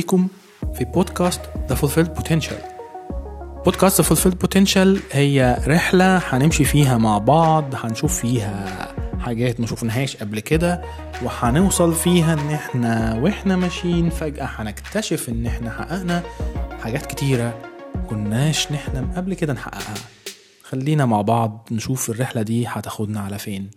بيكم في بودكاست The Fulfilled Potential. بودكاست The Fulfilled Potential هي رحلة هنمشي فيها مع بعض، هنشوف فيها حاجات ما شوفناهاش قبل كده، وهنوصل فيها ان احنا ماشيين فجأة هنكتشف ان احنا حققنا حاجات كتيرة كناش نحلم قبل كده نحققها. خلينا مع بعض نشوف الرحلة دي هتاخدنا على فين.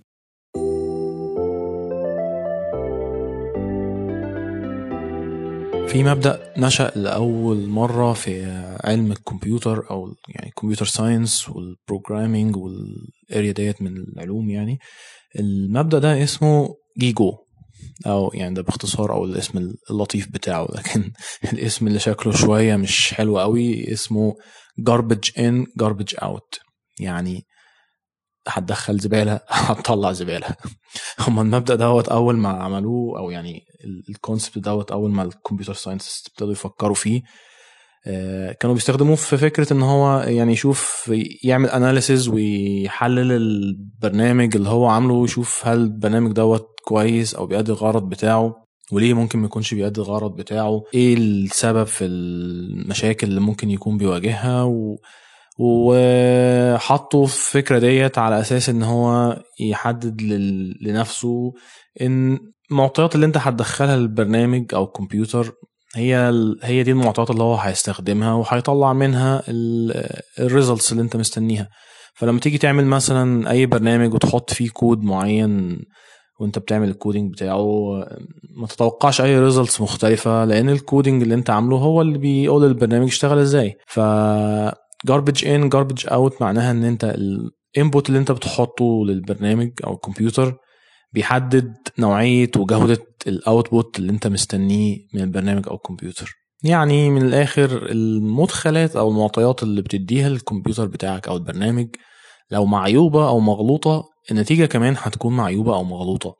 في مبدأ نشأ لأول مرة في علم الكمبيوتر أو يعني كمبيوتر ساينس والبروجرامينج والاريا ديت من العلوم. يعني المبدأ ده اسمه جيجو، أو يعني ده باختصار أو الاسم اللطيف بتاعه، لكن الاسم اللي شكله شوية مش حلو قوي اسمه garbage in garbage out، يعني هتدخل زبالة هتطلع زبالة. هما المبدأ دوت أول ما عملوه، أو يعني الكونسبت دوت أول ما الكمبيوتر ساينس ابتدوا يفكروا فيه، كانوا بيستخدموه في فكرة إن هو يعني يشوف يعمل أناليسيز ويحلل البرنامج اللي هو عامله، ويشوف هل البرنامج دوت كويس أو بيأدي الغرض بتاعه، وليه ممكن ما يكونش بيأدي الغرض بتاعه، إيه السبب في المشاكل اللي ممكن يكون بيواجهها، وحطوا الفكرة ديت على أساس إن هو يحدد لنفسه إن المعطيات اللي أنت هتدخلها للبرنامج أو الكمبيوتر هي دي المعطيات اللي هو هيستخدمها وهيطلع منها الريزلتس اللي أنت مستنيها. فلما تيجي تعمل مثلا أي برنامج وتحط فيه كود معين وانت بتعمل الكودينج بتاعه، ما تتوقعش اي ريزلتس مختلفة، لان الكودينج اللي انت عامله هو اللي بيقول البرنامج يشتغل ازاي. garbage in garbage out معناها ان انت الانبوت اللي انت بتحطه للبرنامج او الكمبيوتر بيحدد نوعية وجودة الاوتبوت اللي انت مستنيه من البرنامج او الكمبيوتر. يعني من الاخر المدخلات او المعطيات اللي بتديها الكمبيوتر بتاعك او البرنامج لو معيوبة او مغلوطة، النتيجة كمان هتكون معيوبة او مغلوطة.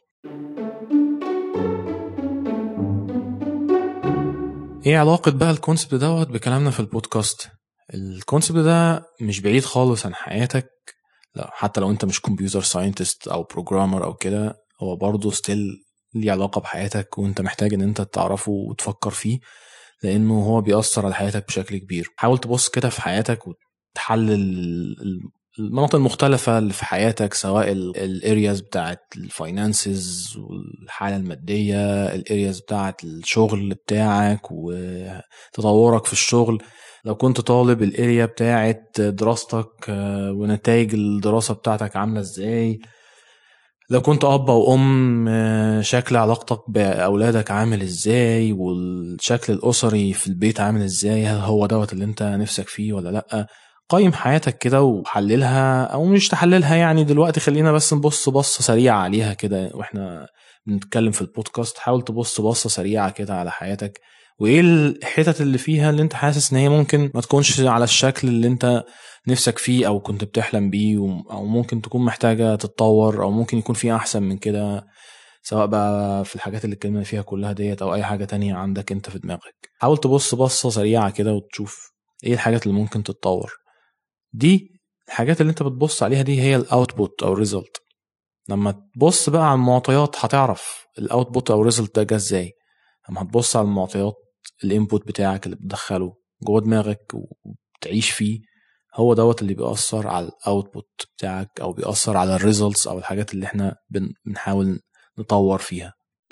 ايه علاقة بقى الكونسبت دوت بكلامنا في البودكاست؟ الكونسبت ده مش بعيد خالص عن حياتك، لا حتى لو انت مش كمبيوتر ساينتست او بروجرامر او كده، هو برضه ستيل ليه علاقة بحياتك، وانت محتاج ان انت تعرفه وتفكر فيه، لانه هو بيأثر على حياتك بشكل كبير. حاول تبص كده في حياتك وتحلل المناطق المختلفة اللي في حياتك، سواء الارياز بتاعت الفاينانسز والحالة المادية، الارياز بتاعت الشغل بتاعك وتطورك في الشغل، لو كنت طالب الاريا بتاعت دراستك ونتائج الدراسة بتاعتك عاملة ازاي، لو كنت أب أو أم شكل علاقتك بأولادك عامل إزاي، والشكل الأسري في البيت عامل إزاي، هل هو دوت اللي أنت نفسك فيه ولا لأ. قيم حياتك كده وحللها، أو مش تحللها يعني دلوقتي، خلينا بس نبص بصة سريعة عليها كده وإحنا بنتكلم في البودكاست. حاول تبص بصة سريعة كده على حياتك، وإيه الحتت اللي فيها اللي أنت حاسس إن هي ممكن ما تكونش على الشكل اللي أنت نفسك فيه او كنت بتحلم بيه، او ممكن تكون محتاجة تتطور، او ممكن يكون فيه احسن من كده، سواء بقى في الحاجات اللي اتكلمنا فيها كلها ديت او اي حاجة تانية عندك انت في دماغك. حاول تبص بصة سريعة كده وتشوف ايه الحاجات اللي ممكن تتطور. دي الحاجات اللي انت بتبص عليها دي هي الاوتبوت او الريزلت. لما تبص بقى على المعطيات هتعرف الاوتبوت او الريزلت ده جه ازاي. لما هتبص على المعطيات، الانبوت بتاعك اللي بتدخله جوه دماغك وتعيش فيه، هو دوت اللي بيأثر على الاوتبوت بتاعك، او بيأثر على الريزلتس او الحاجات اللي احنا بنحاول نطور فيها.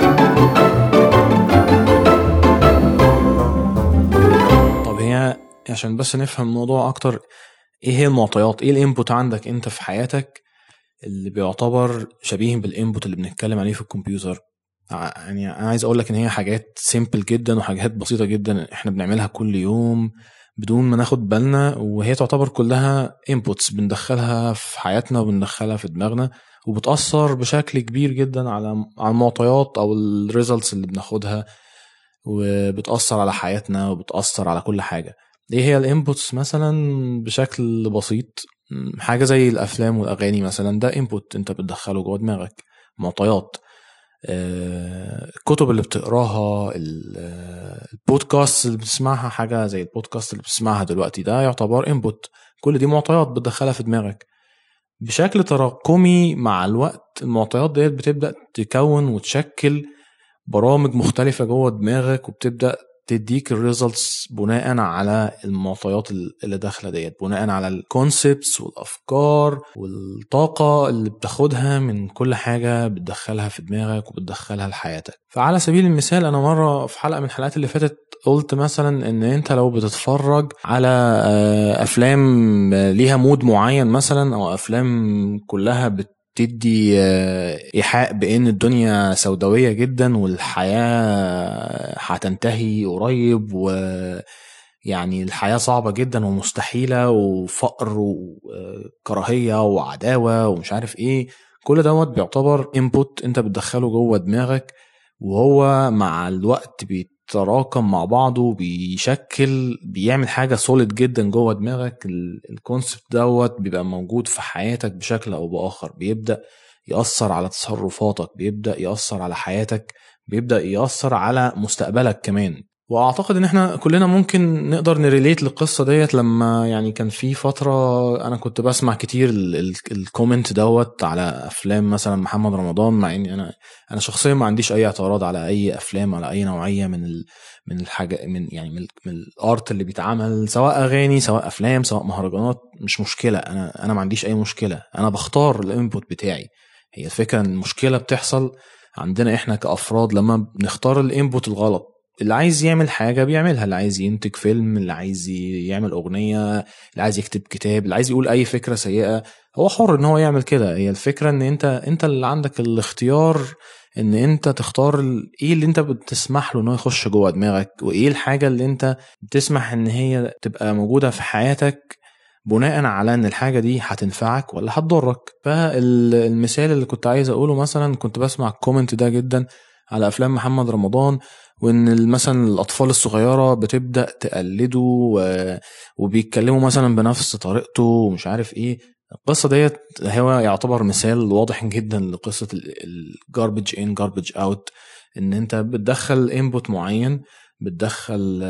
طب هي عشان بس نفهم الموضوع اكتر، ايه هي المعطيات، ايه الانبوت عندك انت في حياتك اللي بيعتبر شبيه بالانبوت اللي بنتكلم عليه في الكمبيوتر؟ يعني انا عايز اقولك ان هي حاجات سيمبل جدا وحاجات بسيطة جدا احنا بنعملها كل يوم بدون ما ناخد بالنا، وهي تعتبر كلها inputs بندخلها في حياتنا وبندخلها في دماغنا، وبتأثر بشكل كبير جدا على المعطيات او الريزلتس اللي بناخدها، وبتأثر على حياتنا وبتأثر على كل حاجة. ايه هي الانبوتس مثلا بشكل بسيط؟ حاجة زي الافلام والاغاني مثلا، ده انبوت انت بتدخله جوه دماغك، معطيات. الكتب اللي بتقراها، البودكاست اللي بتسمعها، حاجة زي البودكاست اللي بتسمعها دلوقتي ده يعتبر انبوت. كل دي معطيات بتدخلها في دماغك بشكل تراكمي. مع الوقت المعطيات ديت بتبدأ تكون وتشكل برامج مختلفة جوه دماغك، وبتبدأ تديك الريزلتس بناء على المعطيات اللي داخله ديت، بناء على الكونسبتس والافكار والطاقه اللي بتاخدها من كل حاجه بتدخلها في دماغك وبتدخلها لحياتك. فعلى سبيل المثال انا مره في حلقه من الحلقات اللي فاتت قلت مثلا ان انت لو بتتفرج على افلام ليها مود معين مثلا، او افلام كلها بتدي إيحاء بأن الدنيا سوداوية جدا والحياة هتنتهي قريب، ويعني الحياة صعبة جدا ومستحيلة وفقر وكراهية وعداوة ومش عارف ايه، كل دوت بيعتبر input انت بتدخله جوه دماغك، وهو مع الوقت بيتراكم مع بعضه بيعمل حاجة سوليد جدا جوه دماغك. الكونسبت دوت بيبقى موجود في حياتك بشكل او باخر، بيبدأ يأثر على تصرفاتك، بيبدأ يأثر على حياتك، بيبدأ يأثر على مستقبلك كمان. واعتقد ان احنا كلنا ممكن نقدر نريليت للقصة ديت، لما يعني كان في فترة انا كنت بسمع كتير الكومنت دوت على افلام مثلا محمد رمضان، مع اني انا شخصيا ما عنديش اي اعتراض على اي افلام على اي نوعية من الحاجة، من الارت اللي بيتعمل، سواء اغاني سواء افلام سواء مهرجانات، مش مشكلة. انا ما عنديش اي مشكلة، انا بختار الانبوت بتاعي. هي الفكرة ان المشكلة بتحصل عندنا احنا كأفراد لما بنختار الانبوت الغلط. اللي عايز يعمل حاجة بيعملها، اللي عايز ينتج فيلم، اللي عايز يعمل أغنية، اللي عايز يكتب كتاب، اللي عايز يقول أي فكرة سيئة، هو حر ان هو يعمل كده. هي الفكرة ان انت اللي عندك الاختيار ان انت تختار ايه اللي انت بتسمح له انه يخش جوه دماغك، وايه الحاجة اللي انت بتسمح ان هي تبقى موجودة في حياتك بناء على ان الحاجة دي هتنفعك ولا هتضرك. فالمثال اللي كنت عايز اقوله، مثلا كنت بسمع الكومنت ده جدا على افلام محمد رمضان، وان مثلا الاطفال الصغيرة بتبدأ تقلده وبيتكلموا مثلا بنفس طريقته ومش عارف ايه. القصة ديت هو يعتبر مثال واضح جدا لقصة الجاربج ان جاربج اوت، ان انت بتدخل انبوت معين، بتدخل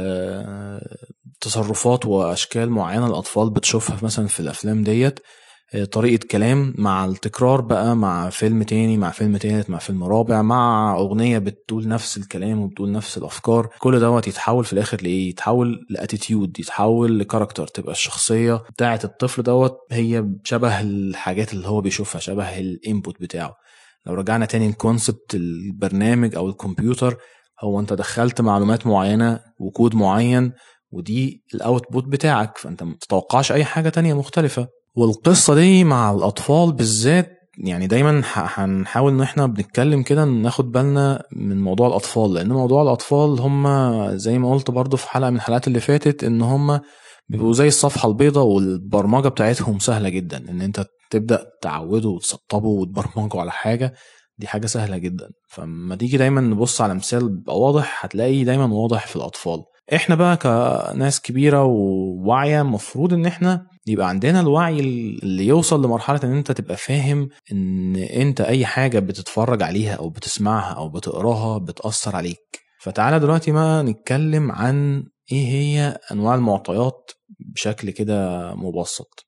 تصرفات واشكال معينة الاطفال بتشوفها مثلا في الافلام ديت، طريقة كلام مع التكرار بقى، مع فيلم تاني مع فيلم تالت مع فيلم رابع مع اغنية بتقول نفس الكلام وبتقول نفس الافكار، كل دوت يتحول في الاخر لايه؟ يتحول لاتيتيود، يتحول لكاركتر، تبقى الشخصية بتاعة الطفل دوت هي شبه الحاجات اللي هو بيشوفها، شبه الانبوت بتاعه. لو رجعنا تاني الكونسبت البرنامج او الكمبيوتر، هو انت دخلت معلومات معينة وكود معين، ودي الاوتبوت بتاعك، فانت ما تتوقعش اي حاجة تانية مختلفة. والقصة دي مع الأطفال بالذات، يعني دايما هنحاول ان احنا بنتكلم كده ناخد بالنا من موضوع الأطفال، لأن موضوع الأطفال هم زي ما قلت برضو في حلقة من الحلقات اللي فاتت ان هم بيبقوا زي الصفحة البيضاء، والبرمجة بتاعتهم سهلة جدا، ان انت تبدأ تعوده وتسطبه وتبرمجه على حاجة، دي حاجة سهلة جدا. فما تيجي دايما نبص على مثال بيبقى واضح، هتلاقي دايما واضح في الأطفال. احنا بقى كناس كبيرة وواعية مفروض ان احنا يبقى عندنا الوعي اللي يوصل لمرحلة ان انت تبقى فاهم ان انت اي حاجة بتتفرج عليها او بتسمعها او بتقراها بتأثر عليك. فتعالى دلوقتي ما نتكلم عن ايه هي انواع المعطيات بشكل كده مبسط.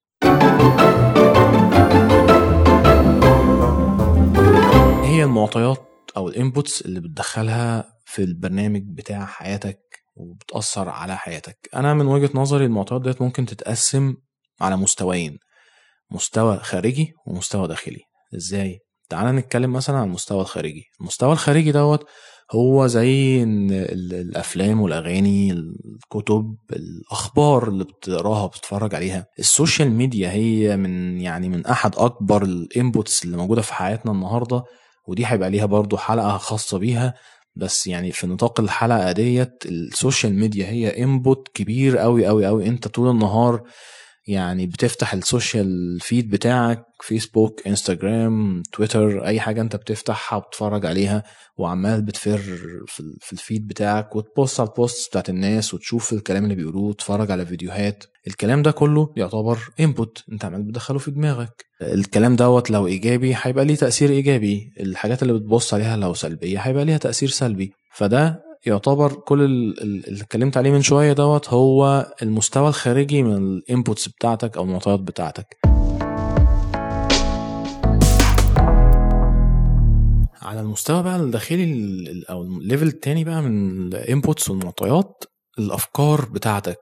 ايه هي المعطيات او الانبوتس اللي بتدخلها في البرنامج بتاع حياتك وبتأثر على حياتك؟ انا من وجهة نظري المعطيات ديت ممكن تتقسم على مستويين، مستوى خارجي ومستوى داخلي. ازاي؟ تعال نتكلم مثلا عن المستوى الخارجي. المستوى الخارجي دوت هو زي الافلام والاغاني، الكتب، الاخبار اللي بتقراها بتتفرج عليها، السوشيال ميديا هي من احد اكبر الانبوتس اللي موجودة في حياتنا النهاردة، ودي هيبقى ليها برضو حلقة خاصة بيها. بس يعني في نطاق الحلقة ديت، السوشيال ميديا هي انبوت كبير قوي قوي قوي. انت طول النهار يعني بتفتح السوشيال فيد بتاعك، فيسبوك، انستجرام، تويتر، اي حاجة انت بتفتحها وبتفرج عليها، وعمال بتفر في الفيد بتاعك وتبص على البوست بتاعت الناس وتشوف الكلام اللي بيقولوه، تتفرج على فيديوهات. الكلام ده كله يعتبر انبوت انت عمال بتدخله في دماغك. الكلام دوت لو ايجابي هيبقى ليه تأثير ايجابي، الحاجات اللي بتبص عليها لو سلبية هيبقى ليها تأثير سلبي. فده يعتبر كل اللي اتكلمت عليه من شوية دوت هو المستوى الخارجي من الانبوتس بتاعتك او المعطيات بتاعتك. على المستوى بقى الداخلي او الليفل التاني بقى من الانبوتس والمعطيات، الافكار بتاعتك،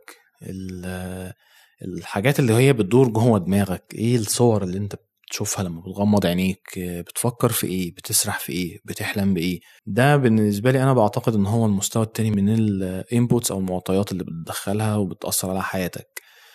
الحاجات اللي هي بتدور جوه دماغك، ايه الصور اللي انت بتشوفها لما بتغمض عينيك، بتفكر في ايه، بتسرح في ايه، بتحلم بايه. ده بالنسبه لي انا بعتقد ان هو المستوى التاني من الانبوتس او المعطيات اللي بتدخلها وبتاثر على حياتك.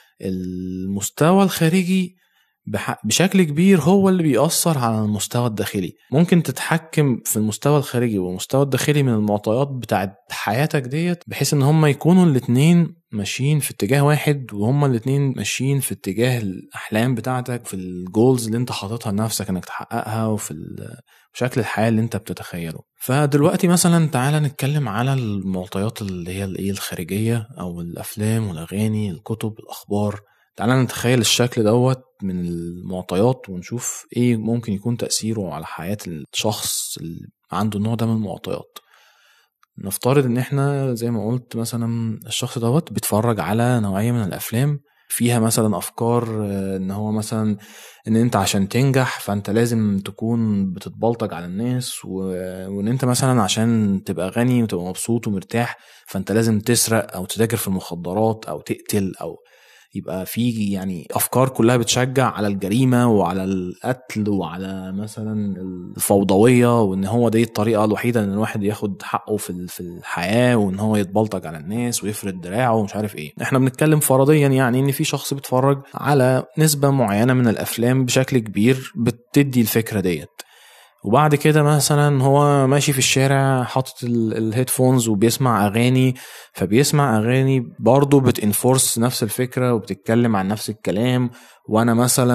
المستوى الخارجي بشكل كبير هو اللي بيأثر على المستوى الداخلي. ممكن تتحكم في المستوى الخارجي والمستوى الداخلي من المعطيات بتاعت حياتك ديت، بحيث ان هما يكونوا الاتنين ماشيين في اتجاه واحد، وهما الاتنين ماشيين في اتجاه الأحلام بتاعتك، في الجولز اللي انت حاططها لنفسك انك تحققها، وفي شكل الحياة اللي انت بتتخيله. فدلوقتي مثلا تعالى نتكلم على المعطيات اللي هي الايه الخارجية، او الافلام والاغاني، الكتب، الاخبار. تعالى نتخيل الشكل دوت من المعطيات ونشوف ايه ممكن يكون تأثيره على حياة الشخص اللي عنده النوع ده من المعطيات. نفترض ان احنا زي ما قلت مثلا الشخص دوت بيتفرج على نوعية من الافلام فيها مثلا افكار ان هو مثلا ان انت عشان تنجح فانت لازم تكون بتتبلطج على الناس، وان انت مثلا عشان تبقى غني وتبقى مبسوط ومرتاح فانت لازم تسرق او تتاجر في المخدرات او تقتل، او يبقى في يعني افكار كلها بتشجع على الجريمه وعلى القتل وعلى مثلا الفوضويه، وان هو دي الطريقه الوحيده ان الواحد ياخد حقه في الحياه، وان هو يتبلطج على الناس ويفرد دراعه ومش عارف ايه. احنا بنتكلم فرضيا يعني ان في شخص بيتفرج على نسبه معينه من الافلام بشكل كبير بتدي الفكره ديت، وبعد كده مثلا هو ماشي في الشارع حاطط الهيدفونز وبيسمع اغاني، فبيسمع اغاني برضو بتنفورس نفس الفكرة وبتتكلم عن نفس الكلام. وانا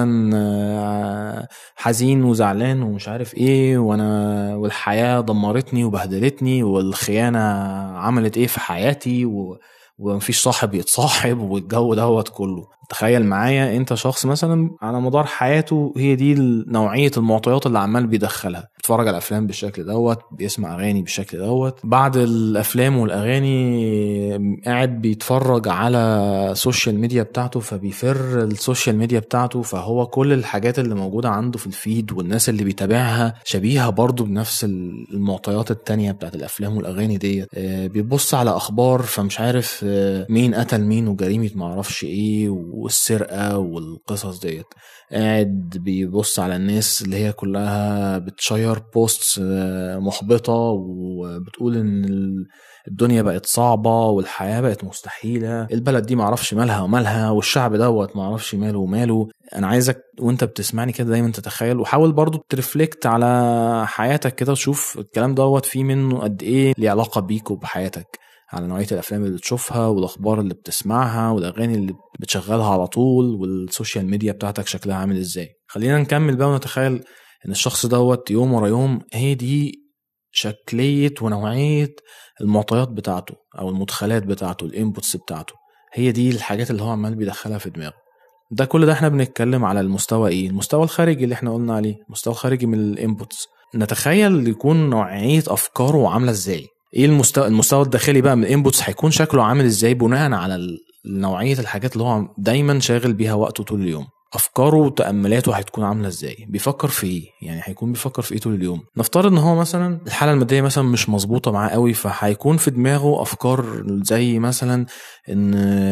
مثلا حزين وزعلان ومش عارف ايه، والحياة دمرتني وبهدلتني، والخيانة عملت ايه في حياتي، ومفيش صاحب يتصاحب والجو دوت كله. تخيل معايا انت شخص مثلا على مدار حياته هي دي نوعية المعطيات اللي عمال بيدخلها، بيتفرج على افلام بالشكل دوت، بيسمع اغاني بالشكل دوت، بعد الافلام والاغاني قاعد بيتفرج على السوشيال ميديا بتاعته، فبيفر السوشيال ميديا بتاعته، فهو كل الحاجات اللي موجودة عنده في الفيد والناس اللي بيتابعها شبيهة برضو بنفس المعطيات التانية بتاعت الافلام والاغاني دي. بيبص على اخبار فمش عارف مين قتل مين وجريمة معرفش ايه والسرقة والقصص ديت، قاعد بيبص على الناس اللي هي كلها بتشير بوستس محبطة وبتقول ان الدنيا بقت صعبة والحياة بقت مستحيلة، البلد دي معرفش مالها ومالها، والشعب دوت معرفش ماله وماله. انا عايزك وانت بتسمعني كده دايما تتخيل، وحاول برضو ترفلكت على حياتك كده وشوف الكلام دوت فيه منه قد ايه ليه علاقة بيك وبحياتك، على نوعية الأفلام اللي بتشوفها والأخبار اللي بتسمعها والأغاني اللي بتشغلها على طول، والسوشيال ميديا بتاعتك شكلها عامل إزاي. خلينا نكمل بقى ونتخيل إن الشخص دوت يوم ورا يوم هي دي شكلية ونوعية المعطيات بتاعته أو المدخلات بتاعته، الانبوتس بتاعته، هي دي الحاجات اللي هو عمال بيدخلها في دماغه. ده كل ده احنا بنتكلم على المستوى ايه، المستوى الخارجي اللي احنا قلنا عليه، المستوى الخارجي من الانبوتس. نتخيل يكون نوعية أفكاره عاملة إزاي، ايه المستوى الداخلي بقى من الانبوتس هيكون شكله عامل ازاي بناء على نوعية الحاجات اللي هو دايما شاغل بيها وقته طول اليوم. افكاره وتأملاته هتكون عاملة ازاي، بيفكر في ايه، يعني هيكون بيفكر في ايه طول اليوم. نفترض ان هو مثلا الحالة المادية مثلا مش مظبوطة معاه قوي، فهيكون في دماغه افكار زي مثلا ان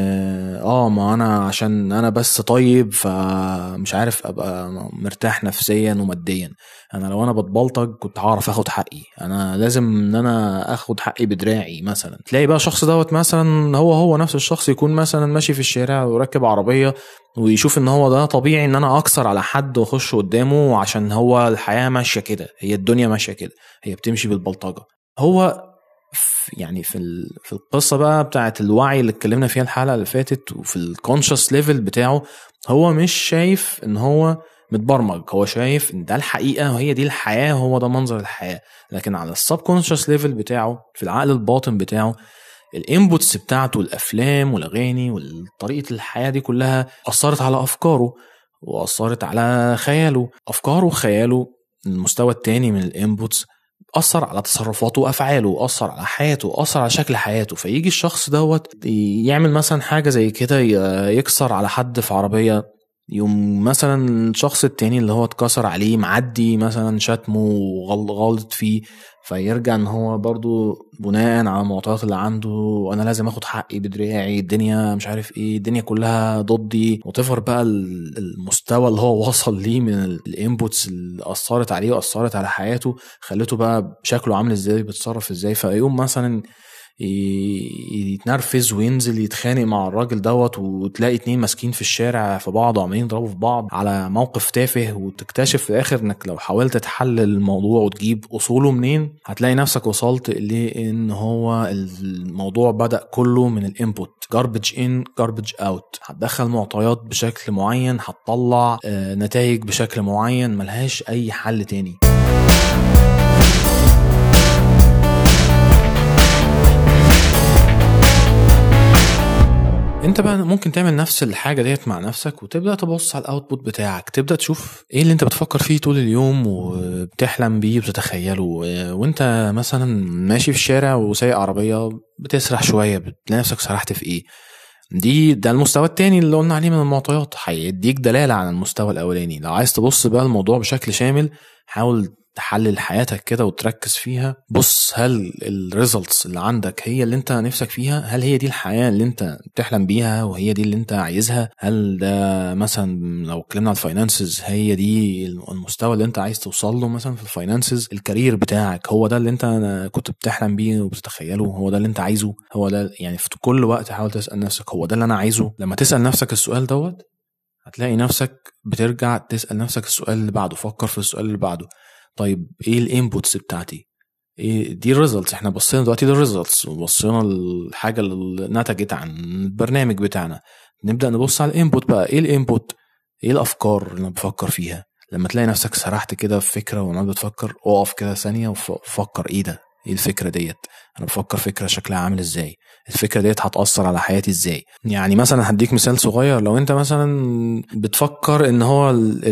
ما انا عشان انا بس طيب فمش عارف ابقى مرتاح نفسيا وماديا، انا لو انا بتبلطج كنت هعرف اخد حقي، انا لازم ان انا اخد حقي بدراعي مثلا. تلاقي بقى شخص دوت مثلا هو نفس الشخص يكون مثلا ماشي في الشارع وراكب عربية ويشوف ان هو ده طبيعي ان انا اكسر على حد واخش قدامه عشان هو الحياة ماشية كده، هي الدنيا ماشية كده، هي بتمشي بالبلطجة. هو يعني في القصة بقى بتاعت الوعي اللي اتكلمنا فيها الحلقة اللي فاتت، وفي الكونشس ليفل بتاعه هو مش شايف ان هو متبرمج، هو شايف ان ده الحقيقة وهي دي الحياة، هو ده منظر الحياة. لكن على السبكونشس ليفل بتاعه في العقل الباطن بتاعه الانبوتس بتاعته، الافلام والاغاني وطريقة الحياة دي كلها اثرت على افكاره واثرت على خياله. افكاره وخياله المستوى التاني من الانبوتس أثر على تصرفاته وأفعاله، أثر على حياته، أثر على شكل حياته. فيجي الشخص دوت يعمل مثلا حاجة زي كده، يكسر على حد في عربية يوم مثلا الشخص التاني اللي هو اتكسر عليه معدي مثلا شتمه وغلط فيه، فيرجع ان هو برضو بناء على المعطيات اللي عنده وانا لازم اخد حقي بدراعي، الدنيا مش عارف ايه، الدنيا كلها ضدي، وتفر بقى المستوى اللي هو وصل ليه من الانبوتس اللي اثرت عليه واثرت على حياته، خلته بقى شكله عامل ازاي، بيتصرف ازاي. فيقوم مثلا يتنرفز وينزل يتخانق مع الراجل دوت، وتلاقي اتنين ماسكين في الشارع في بعض وعمالين يضربوا في بعض على موقف تافه، وتكتشف في الاخر انك لو حاولت تحلل الموضوع وتجيب اصوله منين هتلاقي نفسك وصلت لان هو الموضوع بدأ كله من الانبوت، garbage in garbage out. هتدخل معطيات بشكل معين هتطلع نتائج بشكل معين، ملهاش اي حل تاني. انت بقى ممكن تعمل نفس الحاجة ديت مع نفسك وتبدأ تبص على الاوتبوت بتاعك، تبدأ تشوف ايه اللي انت بتفكر فيه طول اليوم وبتحلم بيه وبتتخيله، وانت مثلا ماشي في الشارع وسايق عربية بتسرح شوية، بتلاقي نفسك سرحت في ايه. ده المستوى التاني اللي قلنا عليه من المعطيات، هيديك دلالة عن المستوى الاولاني. لو عايز تبص بقى الموضوع بشكل شامل، حاول تحلل حياتك كده وتركز فيها. بص، هل الريزلتس اللي عندك هي اللي انت نفسك فيها؟ هل هي دي الحياة اللي انت بتحلم بيها وهي دي اللي انت عايزها؟ هل ده مثلا لو اتكلمنا على الفاينانسز هي دي المستوى اللي انت عايز توصل له مثلا في الفاينانسز؟ الكارير بتاعك هو ده اللي انت كنت بتحلم بيه وبتتخيله؟ هو ده اللي انت عايزه؟ هو ده يعني في كل وقت حاول تسأل نفسك هو ده اللي انا عايزه. لما تسأل نفسك السؤال دوت هتلاقي نفسك بترجع تسأل نفسك السؤال اللي بعده، فكر في السؤال اللي بعده. طيب ايه الانبوتس بتاعتي؟ ايه دي الريزلتس؟ احنا بصينا دلوقتي للريزلتس وبصينا الحاجه اللي نتجت عن البرنامج بتاعنا، نبدا نبص على الانبوت بقى. ايه الانبوت؟ ايه الافكار اللي انا بفكر فيها؟ لما تلاقي نفسك سرحت كده في فكره وما بتفكر، اقف كده ثانيه وفكر ايه ده، ايه الفكره ديت؟ انا بفكر فكره شكلها عامل ازاي؟ الفكره ديت هتاثر على حياتي ازاي؟ يعني مثلا هديك مثال صغير. لو انت مثلا بتفكر ان هو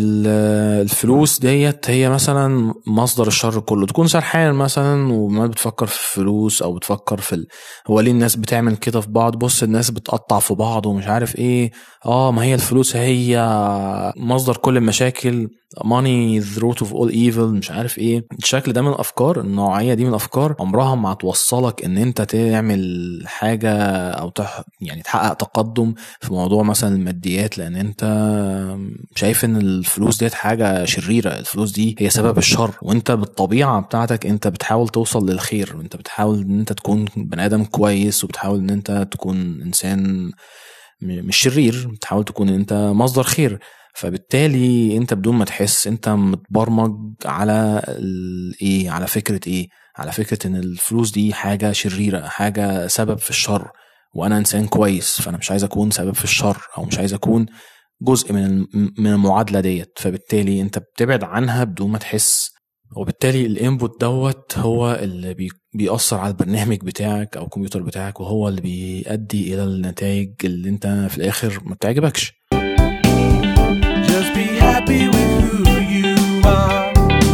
الفلوس ديت هي مثلا مصدر الشر كله، تكون سرحان مثلا وما بتفكر في الفلوس او بتفكر في هو ليه الناس بتعمل كده في بعض، بص الناس بتقطع في بعض ومش عارف ايه، ما هي الفلوس هي مصدر كل المشاكل، money is the root of all evil، مش عارف ايه. الشكل ده من الافكار، النوعيه دي من الافكار عمرها ما هتوصلك ان انت تعمل حاجه او يعني تحقق تقدم في موضوع مثلا الماديات، لان انت شايف ان الفلوس ديت حاجه شريره، الفلوس دي هي سبب الشر، وانت بالطبيعه بتاعتك انت بتحاول توصل للخير، وانت بتحاول ان انت تكون بني ادم كويس، وبتحاول ان انت تكون انسان مش شرير، بتحاول تكون انت مصدر خير. فبالتالي انت بدون ما تحس انت متبرمج على ايه، على فكرة ايه، على فكرة ان الفلوس دي حاجة شريرة، حاجة سبب في الشر، وانا انسان كويس فانا مش عايز اكون سبب في الشر، او مش عايز اكون جزء من المعادلة ديت. فبالتالي انت بتبعد عنها بدون ما تحس، وبالتالي الانبوت دوت هو اللي بيأثر على البرنامج بتاعك او الكمبيوتر بتاعك، وهو اللي بيؤدي الى النتائج اللي انت في الاخر ما بتعجبكش. Just be happy with who you are.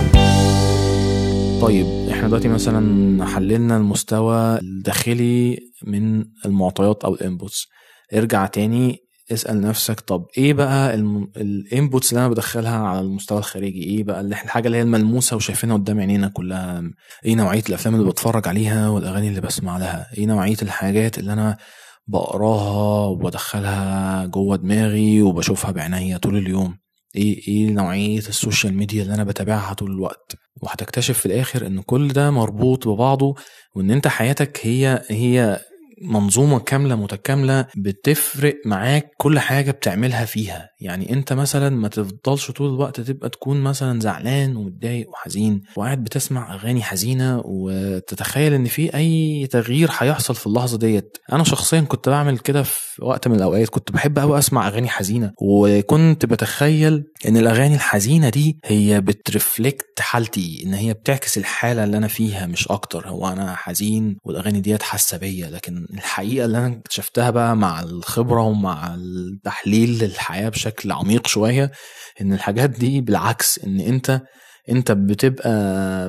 طيب احنا دلوقتي مثلا حللنا المستوى الداخلي من المعطيات او الانبوتس، ارجع تاني اسأل نفسك طب ايه بقى الانبوتس اللي انا بدخلها على المستوى الخارجي؟ ايه بقى الحاجة اللي هي الملموسة وشايفينها قدام عينينا كلها؟ ايه نوعية الافلام اللي بتفرج عليها والاغاني اللي بسمع لها؟ ايه نوعية الحاجات اللي انا بقراها وبدخلها جوه دماغي وبشوفها بعينيا طول اليوم؟ ايه نوعية السوشيال ميديا اللي انا بتابعها طول الوقت؟ وهتكتشف في الاخر ان كل ده مربوط ببعضه، وان انت حياتك هي منظومة كاملة متكاملة بتفرق معاك كل حاجة بتعملها فيها. يعني انت مثلا ما تفضلش طول الوقت تبقى تكون مثلا زعلان ومتضايق وحزين وقاعد بتسمع اغاني حزينة وتتخيل ان في اي تغيير هيحصل في اللحظة ديت. انا شخصيا كنت بعمل كده في وقت من الاوقات، كنت بحب قوي اسمع اغاني حزينة، وكنت بتخيل ان الاغاني الحزينة دي هي بترفلكت حالتي، ان هي بتعكس الحالة اللي انا فيها مش اكتر. هو انا حزين والاغاني ديت حاسة بيا، لكن الحقيقة اللي أنا اكتشفتها بقى مع الخبرة ومع التحليل للحياة بشكل عميق شوية، إن الحاجات دي بالعكس، إن أنت بتبقى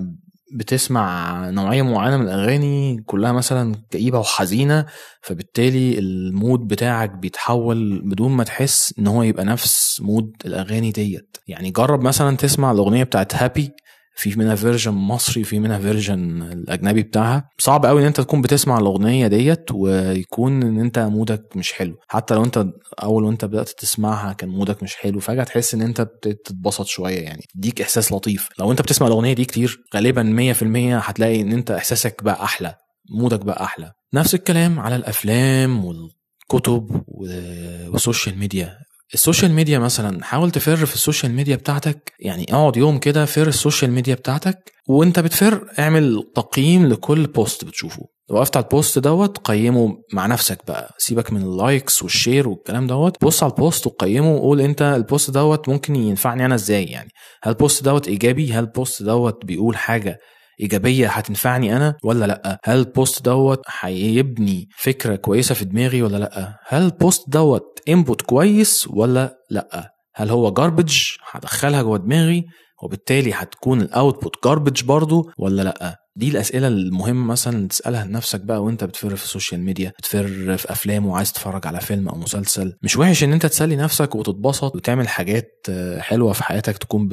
بتسمع نوعية معينة من الأغاني كلها مثلا كئيبة وحزينة، فبالتالي المود بتاعك بيتحول بدون ما تحس ان هو يبقى نفس مود الأغاني ديت. يعني جرب مثلا تسمع الأغنية بتاعت هابي، في منها فيرجن مصري وفي منها فيرجن الأجنبي بتاعها. صعب قوي ان انت تكون بتسمع الأغنية ديت ويكون ان انت مودك مش حلو، حتى لو انت اول وانت بدأت تسمعها كان مودك مش حلو، فجأة تحس ان انت بتتبسط شوية، يعني تديك احساس لطيف. لو انت بتسمع الأغنية دي كتير غالبا 100% هتلاقي ان انت احساسك بقى احلى، مودك بقى احلى. نفس الكلام على الافلام والكتب والسوشيال ميديا. السوشيال ميديا مثلا حاول تفر في السوشيال ميديا بتاعتك، يعني اقعد يوم كده فر السوشيال ميديا بتاعتك، وانت بتفر اعمل تقييم لكل بوست بتشوفه. وقفت على البوست دوت قيمه مع نفسك بقى، سيبك من اللايكس والشير والكلام دوت، بص على البوست وقيمه وقول انت البوست دوت ممكن ينفعني انا ازاي. يعني هل البوست دوت ايجابي؟ هل البوست دوت بيقول حاجة ايجابيه هتنفعني انا ولا لا؟ هل البوست دوت هيبني فكره كويسه في دماغي ولا لا؟ هل البوست دوت انبوت كويس ولا لا؟ هل هو جاربج هدخلها جوه دماغي وبالتالي هتكون الاوتبوت جاربج برضو ولا لا؟ دي الاسئله المهمه مثلا تسالها لنفسك بقى وانت بتفر في السوشيال ميديا، بتفر في افلام وعايز تتفرج على فيلم او مسلسل. مش وحش ان انت تسلي نفسك وتتبسط وتعمل حاجات حلوه في حياتك تكون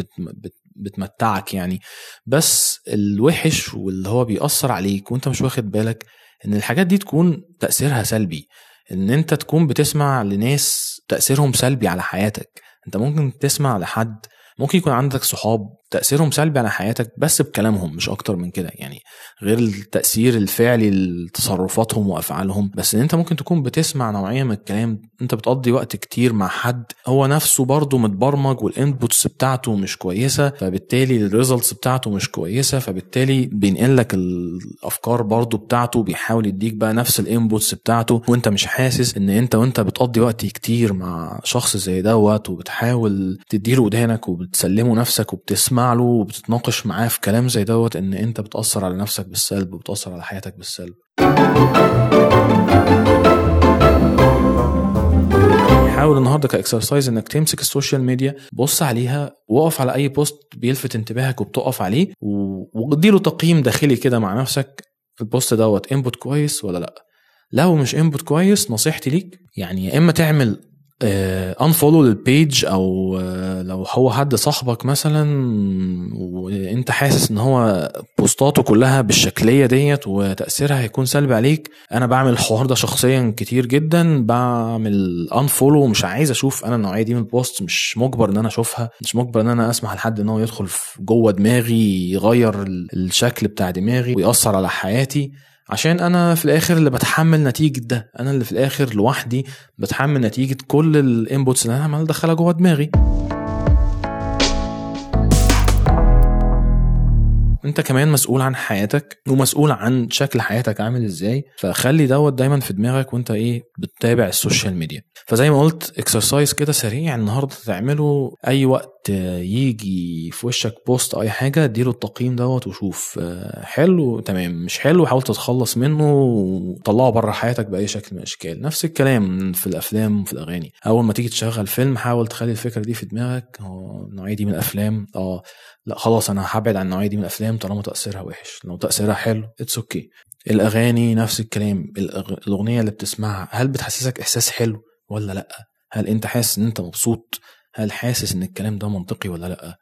بتمتعك يعني، بس الوحش واللي هو بيأثر عليك وانت مش واخد بالك ان الحاجات دي تكون تأثيرها سلبي، ان انت تكون بتسمع لناس تأثيرهم سلبي على حياتك. انت ممكن تسمع لحد، ممكن يكون عندك صحاب تأثيرهم سلبي على حياتك بس بكلامهم مش اكتر من كده، يعني غير التأثير الفعلي لتصرفاتهم وافعالهم. بس ان انت ممكن تكون بتسمع نوعية من الكلام، انت بتقضي وقت كتير مع حد هو نفسه برضه متبرمج والانبوتس بتاعته مش كويسة، فبالتالي الريزلتس بتاعته مش كويسة، فبالتالي بينقلك الافكار برضه بتاعته، بيحاول يديك بقى نفس الانبوتس بتاعته وانت مش حاسس ان وانت بتقضي وقت كتير مع شخص زي دوت وبتحاول تديله ودانك وبتسلمه نفسك وبتسمع له وبتتناقش معاه في كلام زي دوت، ان انت بتأثر على نفسك بالسلب وبتأثر على حياتك بالسلب. حاول النهارده كاكسرسايز انك تمسك السوشيال ميديا، بص عليها وقف على اي بوست بيلفت انتباهك وبتقف عليه واديله تقييم داخلي كده مع نفسك، البوست دوت انبوت كويس ولا لا. لو مش انبوت كويس نصيحتي ليك يعني يا اما تعمل انفولو للبيج، او لو هو حد صاحبك مثلا وانت حاسس ان هو بوستاته كلها بالشكلية ديت وتأثيرها هيكون سلبي عليك. انا بعمل الحوار ده شخصيا كتير جدا، بعمل انفولو ومش عايز اشوف انا النوعية دي من البوست، مش مجبر ان انا اشوفها، مش مجبر ان انا اسمح لحد ان هو يدخل في جوه دماغي يغير الشكل بتاع دماغي ويأثر على حياتي، عشان انا في الاخر اللي بتحمل نتيجة ده، انا اللي في الاخر لوحدي بتحمل نتيجة كل الانبوتس اللي انا عمال ادخلها جوه دماغي. انت كمان مسؤول عن حياتك ومسؤول عن شكل حياتك عامل ازاي، فخلي دوت دايما في دماغك وانت بتتابع السوشيال ميديا. فزي ما قلت اكسرسايز كده سريع النهارده تعمله، اي وقت يجي في وشك بوست اي حاجه اديله التقييم دوت وشوف حلو تمام، مش حلو حاول تتخلص منه وطلعه بره حياتك باي شكل من الاشكال. نفس الكلام في الافلام وفي الاغاني، اول ما تيجي تشغل فيلم حاول تخلي الفكره دي في دماغك، النوعيه دي من الافلام لا خلاص انا هبعد عن النوعيه دي من الافلام طالما تاثيرها وحش، لو تاثيرها حلو اتس اوكي. الاغاني نفس الكلام، الاغنيه اللي بتسمعها هل بتحسسك احساس حلو ولا لا؟ هل انت حاسس ان انت مبسوط؟ هل حاسس ان الكلام ده منطقي ولا لا؟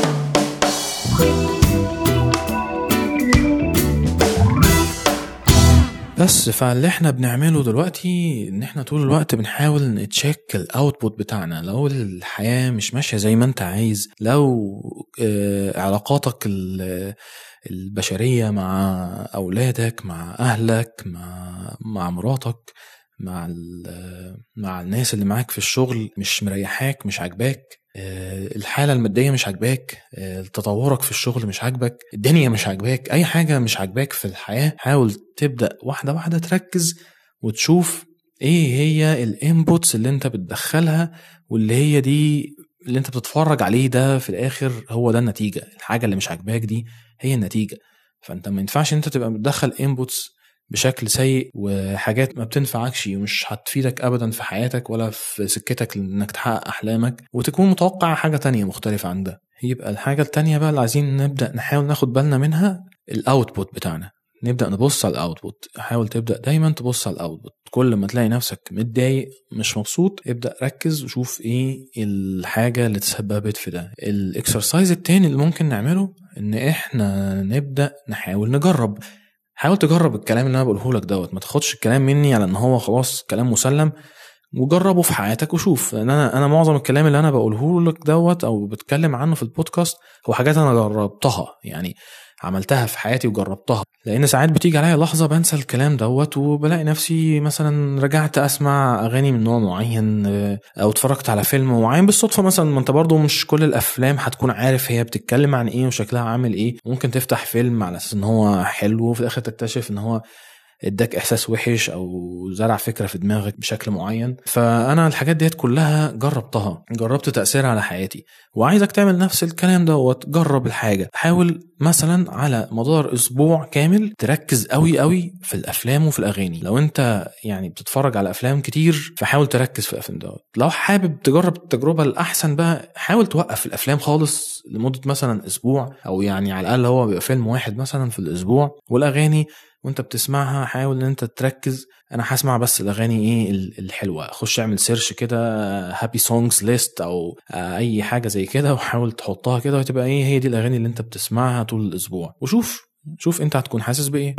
بس فاللي احنا بنعمله دلوقتي ان احنا طول الوقت بنحاول نتشيك الاوتبوت بتاعنا، لو الحياة مش ماشية زي ما انت عايز، لو علاقاتك البشرية مع اولادك مع اهلك مع مراتك مع الناس اللي معاك في الشغل مش مريحاك مش عاجباك، الحالة المادية مش عاجباك، تطورك في الشغل مش عاجبك، الدنيا مش عاجباك، اي حاجة مش عاجباك في الحياة، حاول تبدأ واحدة واحدة تركز وتشوف ايه هي الانبوتس اللي انت بتدخلها، واللي هي دي اللي انت بتتفرج عليه ده في الاخر هو ده النتيجة. الحاجة اللي مش عاجباك دي هي النتيجة، فانت ما ينفعش انت تبقى بتدخل انبوتس بشكل سيء وحاجات ما بتنفعكش ومش هتفيدك ابدا في حياتك ولا في سكتك انك تحقق احلامك، وتكون متوقع حاجة تانية مختلفة عن ده. يبقى الحاجة التانية بقى اللي عايزين نبدأ نحاول ناخد بالنا منها الاوتبوت بتاعنا، نبدأ نبص على الاوتبوت. حاول تبدأ دايما تبص على الاوتبوت. كل ما تلاقي نفسك متضايق مش مبسوط، ابدأ ركز وشوف ايه الحاجة اللي تسببت في ده. الاكسرسايز التاني اللي ممكن نعمله ان احنا نبدأ نحاول نجرب. حاول تجرب الكلام اللي انا بقوله لك دوت، ما تاخدش الكلام مني على ان هو خلاص كلام مسلم، وجربه في حياتك وشوف. لان انا معظم الكلام اللي انا بقوله لك دوت او بتكلم عنه في البودكاست هو حاجات انا جربتها، يعني عملتها في حياتي وجربتها. لان ساعات بتيجي عليا لحظه بنسى الكلام دوت، وبلاقي نفسي مثلا رجعت اسمع اغاني من نوع معين، او اتفرجت على فيلم معين بالصدفه مثلا. ما انت برضو مش كل الافلام هتكون عارف هي بتتكلم عن ايه وشكلها عامل ايه. ممكن تفتح فيلم على اساس ان هو حلو وفي الاخر تكتشف ان هو اداك احساس وحش او زرع فكره في دماغك بشكل معين. فانا الحاجات ديت كلها جربت تاثيرها على حياتي، وعايزك تعمل نفس الكلام ده وتجرب الحاجه. حاول مثلا على مدار اسبوع كامل تركز قوي قوي في الافلام وفي الاغاني. لو انت يعني بتتفرج على افلام كتير فحاول تركز في الافلام دوت. لو حابب تجرب التجربه الاحسن بقى، حاول توقف الافلام خالص لمده مثلا اسبوع، او يعني على الاقل هو بيبقى فيلم واحد مثلا في الاسبوع. والاغاني وانت بتسمعها حاول ان انت تركز، انا هسمع بس الاغاني ايه الحلوه. خش اعمل سيرش كده هابي سونجز ليست او اي حاجه زي كده، وحاول تحطها كده وتبقى ايه هي دي الاغاني اللي انت بتسمعها طول الاسبوع. وشوف انت هتكون حاسس بايه.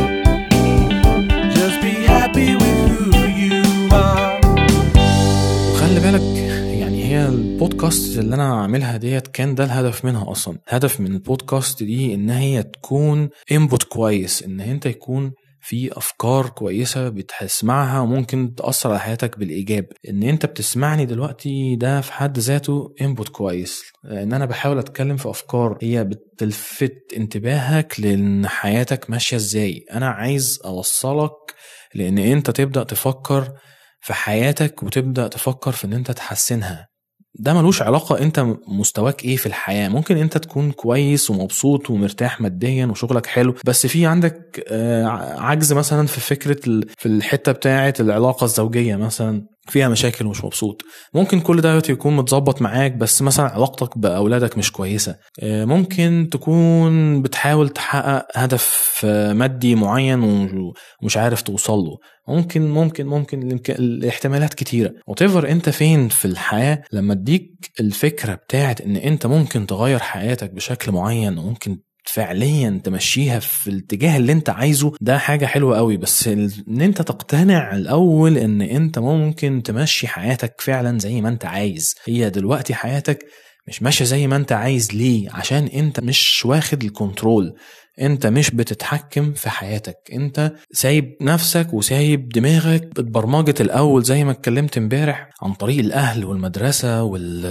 Just be happy with who you are. وخلي بالك يعني هي البودكاست اللي انا عاملها ديت كان ده الهدف منها اصلا. هدف من البودكاست دي ان هي تكون انبوت كويس، ان انت يكون في افكار كويسه بتسمعها وممكن تاثر على حياتك بالايجاب. ان انت بتسمعني دلوقتي ده في حد ذاته انبوت كويس، ان انا بحاول اتكلم في افكار هي بتلفت انتباهك لان حياتك ماشيه ازاي. انا عايز اوصلك لان انت تبدا تفكر في حياتك وتبدا تفكر في ان انت تحسنها. ده ملوش علاقة انت مستواك ايه في الحياة. ممكن انت تكون كويس ومبسوط ومرتاح ماديا وشغلك حلو، بس في عندك عجز مثلا في فكرة في الحتة بتاعة العلاقة الزوجية مثلا فيها مشاكل ومش مبسوط. ممكن كل ده يكون متظبط معاك بس مثلا علاقتك بأولادك مش كويسة. ممكن تكون بتحاول تحقق هدف مادي معين ومش عارف توصل له. ممكن الاحتمالات كتيرة. whatever انت فين في الحياة، لما اديك الفكرة بتاعت ان انت ممكن تغير حياتك بشكل معين وممكن فعليا تمشيها في الاتجاه اللي انت عايزه، ده حاجة حلوة قوي. بس ان انت تقتنع الاول ان انت ممكن تمشي حياتك فعلا زي ما انت عايز. هي دلوقتي حياتك مش ماشية زي ما انت عايز. ليه؟ عشان انت مش واخد الكنترول، انت مش بتتحكم في حياتك، انت سايب نفسك وسايب دماغك اتبرمجت الاول زي ما اتكلمت امبارح عن طريق الاهل والمدرسة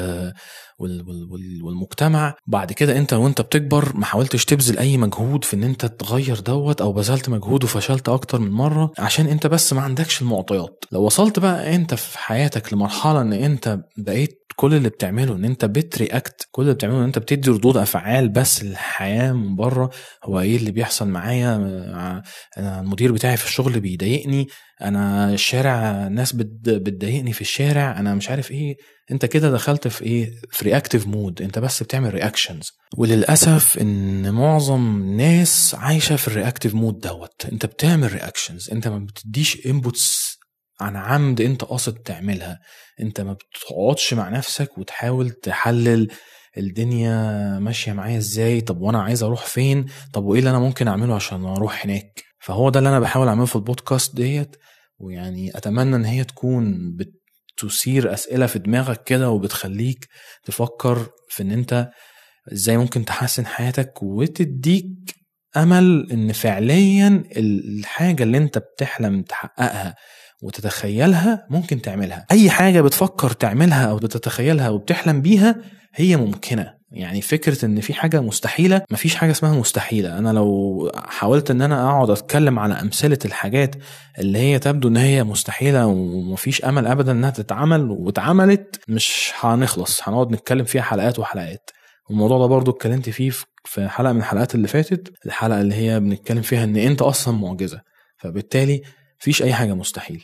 والمجتمع. بعد كده انت وانت بتكبر ما حاولتش تبذل اي مجهود في ان انت تغير دوت، او بذلت مجهود وفشلت اكتر من مرة عشان انت بس ما عندكش المعطيات. لو وصلت بقى انت في حياتك لمرحلة ان انت بقيت كل اللي بتعمله ان انت بترياكت، كل اللي بتعمله ان انت بتدي ردود افعال بس للحياة من بره. هو ايه اللي بيحصل معايا؟ انا المدير بتاعي في الشغل بيضايقني، انا الشارع الناس بتضايقني في الشارع، انا مش عارف ايه. انت كده دخلت في ايه؟ في رياكتيف مود. انت بس بتعمل رياكشنز. وللاسف ان معظم الناس عايشه في الرياكتيف مود دوت. انت بتعمل رياكشنز، انت ما بتديش انبوتس عن عمد انت قاصد تعملها. انت ما بتقعدش مع نفسك وتحاول تحلل الدنيا ماشيه معايا ازاي، طب وانا عايز اروح فين، طب وايه اللي انا ممكن اعمله عشان اروح هناك. فهو ده اللي انا بحاول اعمله في البودكاست ديت. ويعني اتمنى ان هي تكون بتثير اسئله في دماغك كده وبتخليك تفكر في ان انت ازاي ممكن تحسن حياتك، وتديك امل ان فعليا الحاجه اللي انت بتحلم تحققها وتتخيلها ممكن تعملها. اي حاجه بتفكر تعملها او بتتخيلها وبتحلم بيها هي ممكنه. يعني فكره ان في حاجه مستحيله، مفيش حاجه اسمها مستحيله. انا لو حاولت ان انا اقعد اتكلم على امثله الحاجات اللي هي تبدو ان هي مستحيله ومفيش امل ابدا انها تتعمل واتعملت، مش هنخلص، هنقعد نتكلم فيها حلقات وحلقات. والموضوع ده برضو اتكلمت فيه في حلقه من الحلقات اللي فاتت، الحلقه اللي هي بنتكلم فيها ان انت اصلا معجزه، فبالتالي مفيش اي حاجه مستحيل.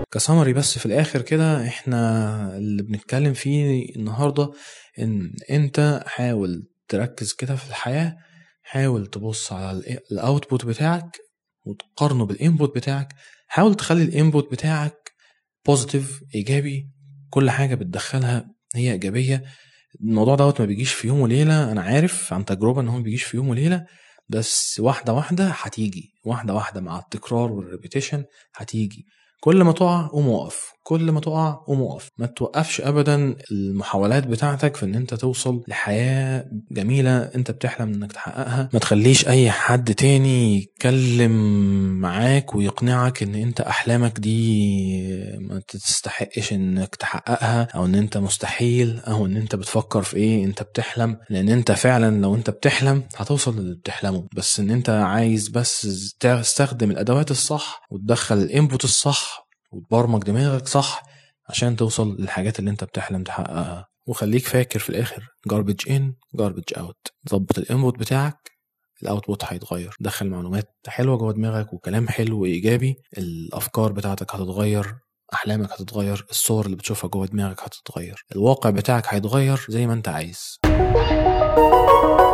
كسمري بس في الاخر كده، احنا اللي بنتكلم فيه النهاردة ان انت حاول تركز كده في الحياة، حاول تبص على الاوتبوت بتاعك وتقارنه بالانبوت بتاعك. حاول تخلي الانبوت بتاعك بوزيتيف، ايجابي، كل حاجة بتدخلها هي ايجابية. الموضوع دوت ما بيجيش في يوم وليلة، انا عارف عن تجربة ان هو ما بيجيش في يوم وليلة، بس واحدة واحدة هتيجي، واحدة واحدة مع التكرار والريبيتيشن هتيجي. كل ما تقع قوم وقف، كل ما تقع قوم وقف، ما توقفش ابدا المحاولات بتاعتك في ان انت توصل لحياة جميلة انت بتحلم انك تحققها. ما تخليش اي حد تاني يتكلم معاك ويقنعك ان انت احلامك دي ما تستحقش انك تحققها، او ان انت مستحيل، او ان انت بتفكر في ايه، انت بتحلم. لان انت فعلا لو انت بتحلم هتوصل للي بتحلمه، بس ان انت عايز بس تستخدم الادوات الصح وتدخل الانبوت الصح وتبرمج دماغك صح عشان توصل للحاجات اللي انت بتحلم تحققها. وخليك فاكر في الاخر garbage in garbage out. ظبط الانبوت بتاعك، الاوتبوت هيتغير. دخل معلومات حلوه جوه دماغك وكلام حلو وايجابي، الافكار بتاعتك هتتغير، احلامك هتتغير، الصور اللي بتشوفها جوه دماغك هتتغير، الواقع بتاعك هيتغير زي ما انت عايز.